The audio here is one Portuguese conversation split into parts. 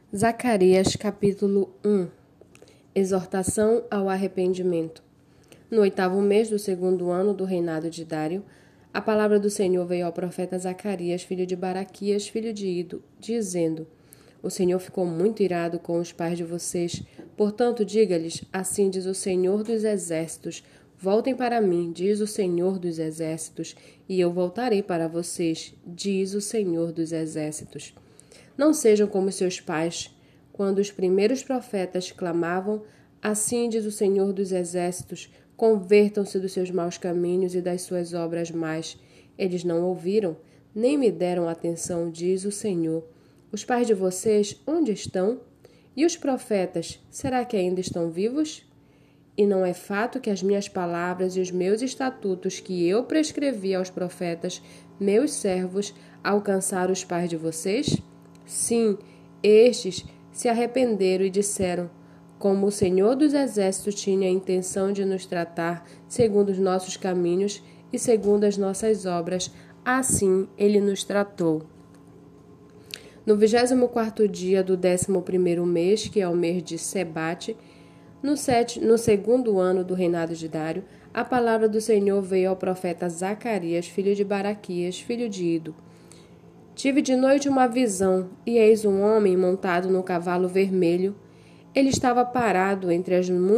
Zacarias capítulo 1. Exortação ao arrependimento. No 8º mês do 2º ano do reinado de Dário, a palavra do Senhor veio ao profeta Zacarias, filho de Baraquias, filho de Ido, dizendo: O Senhor ficou muito irado com os pais de vocês, portanto diga-lhes, assim diz o Senhor dos Exércitos: Voltem para mim, diz o Senhor dos Exércitos, e eu voltarei para vocês, diz o Senhor dos Exércitos. Não sejam como seus pais, quando os primeiros profetas clamavam, assim diz o Senhor dos Exércitos, convertam-se dos seus maus caminhos e das suas obras más. Eles não ouviram, nem me deram atenção, diz o Senhor. Os pais de vocês, onde estão? E os profetas, será que ainda estão vivos? E não é fato que as minhas palavras e os meus estatutos que eu prescrevi aos profetas, meus servos, alcançaram os pais de vocês? Sim, estes se arrependeram e disseram: como o Senhor dos Exércitos tinha a intenção de nos tratar segundo os nossos caminhos e segundo as nossas obras, assim ele nos tratou. No 24º dia do 11º mês, que é o mês de Sebate, no 2º ano do reinado de Dário, a palavra do Senhor veio ao profeta Zacarias, filho de Baraquias, filho de Ido. Tive de noite uma visão, e eis um homem montado no cavalo vermelho. Ele estava parado entre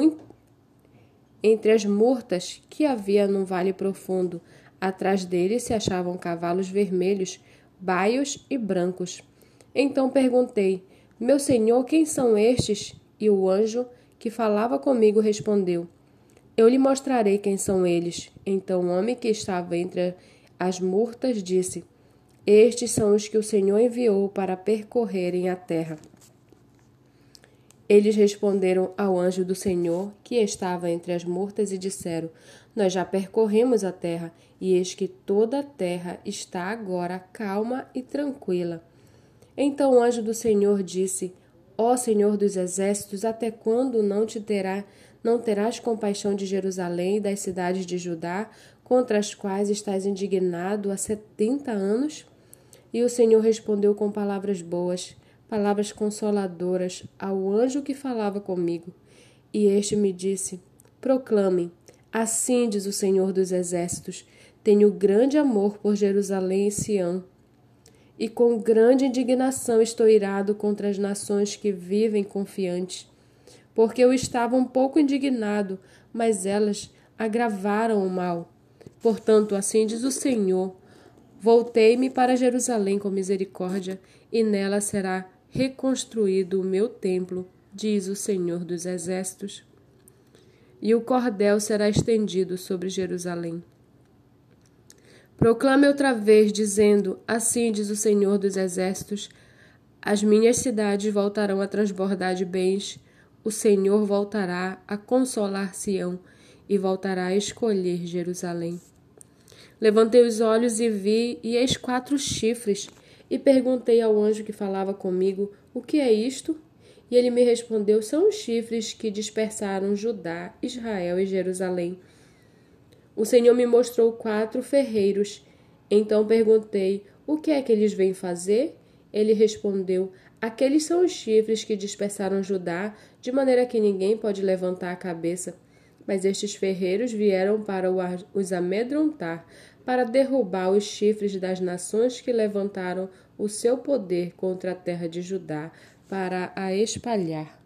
as murtas que havia num vale profundo. Atrás dele se achavam cavalos vermelhos, baios e brancos. Então perguntei: Meu senhor, quem são estes? E o anjo que falava comigo respondeu: Eu lhe mostrarei quem são eles. Então o homem que estava entre as murtas disse: Estes são os que o Senhor enviou para percorrerem a terra. Eles responderam ao anjo do Senhor, que estava entre as murtas, e disseram: Nós já percorremos a terra, e eis que toda a terra está agora calma e tranquila. Então o anjo do Senhor disse: Ó Senhor dos Exércitos, até quando não terás compaixão de Jerusalém e das cidades de Judá, contra as quais estás indignado há 70 anos? E o Senhor respondeu com palavras boas, palavras consoladoras, ao anjo que falava comigo. E este me disse: Proclamem, assim diz o Senhor dos Exércitos: Tenho grande amor por Jerusalém e Sião, e com grande indignação estou irado contra as nações que vivem confiantes, porque eu estava um pouco indignado, mas elas agravaram o mal. Portanto, assim diz o Senhor: Voltei-me para Jerusalém com misericórdia, e nela será reconstruído o meu templo, diz o Senhor dos Exércitos. E o cordel será estendido sobre Jerusalém. Proclame outra vez, dizendo: Assim diz o Senhor dos Exércitos: As minhas cidades voltarão a transbordar de bens, o Senhor voltará a consolar Sião e voltará a escolher Jerusalém. Levantei os olhos e vi, e eis 4 chifres, e perguntei ao anjo que falava comigo: O que é isto? E ele me respondeu: São os chifres que dispersaram Judá, Israel e Jerusalém. O Senhor me mostrou 4 ferreiros. Então perguntei: O que é que eles vêm fazer? Ele respondeu: Aqueles são os chifres que dispersaram Judá, de maneira que ninguém pode levantar a cabeça. Mas estes ferreiros vieram para os amedrontar, para derrubar os chifres das nações que levantaram o seu poder contra a terra de Judá, para a espalhar.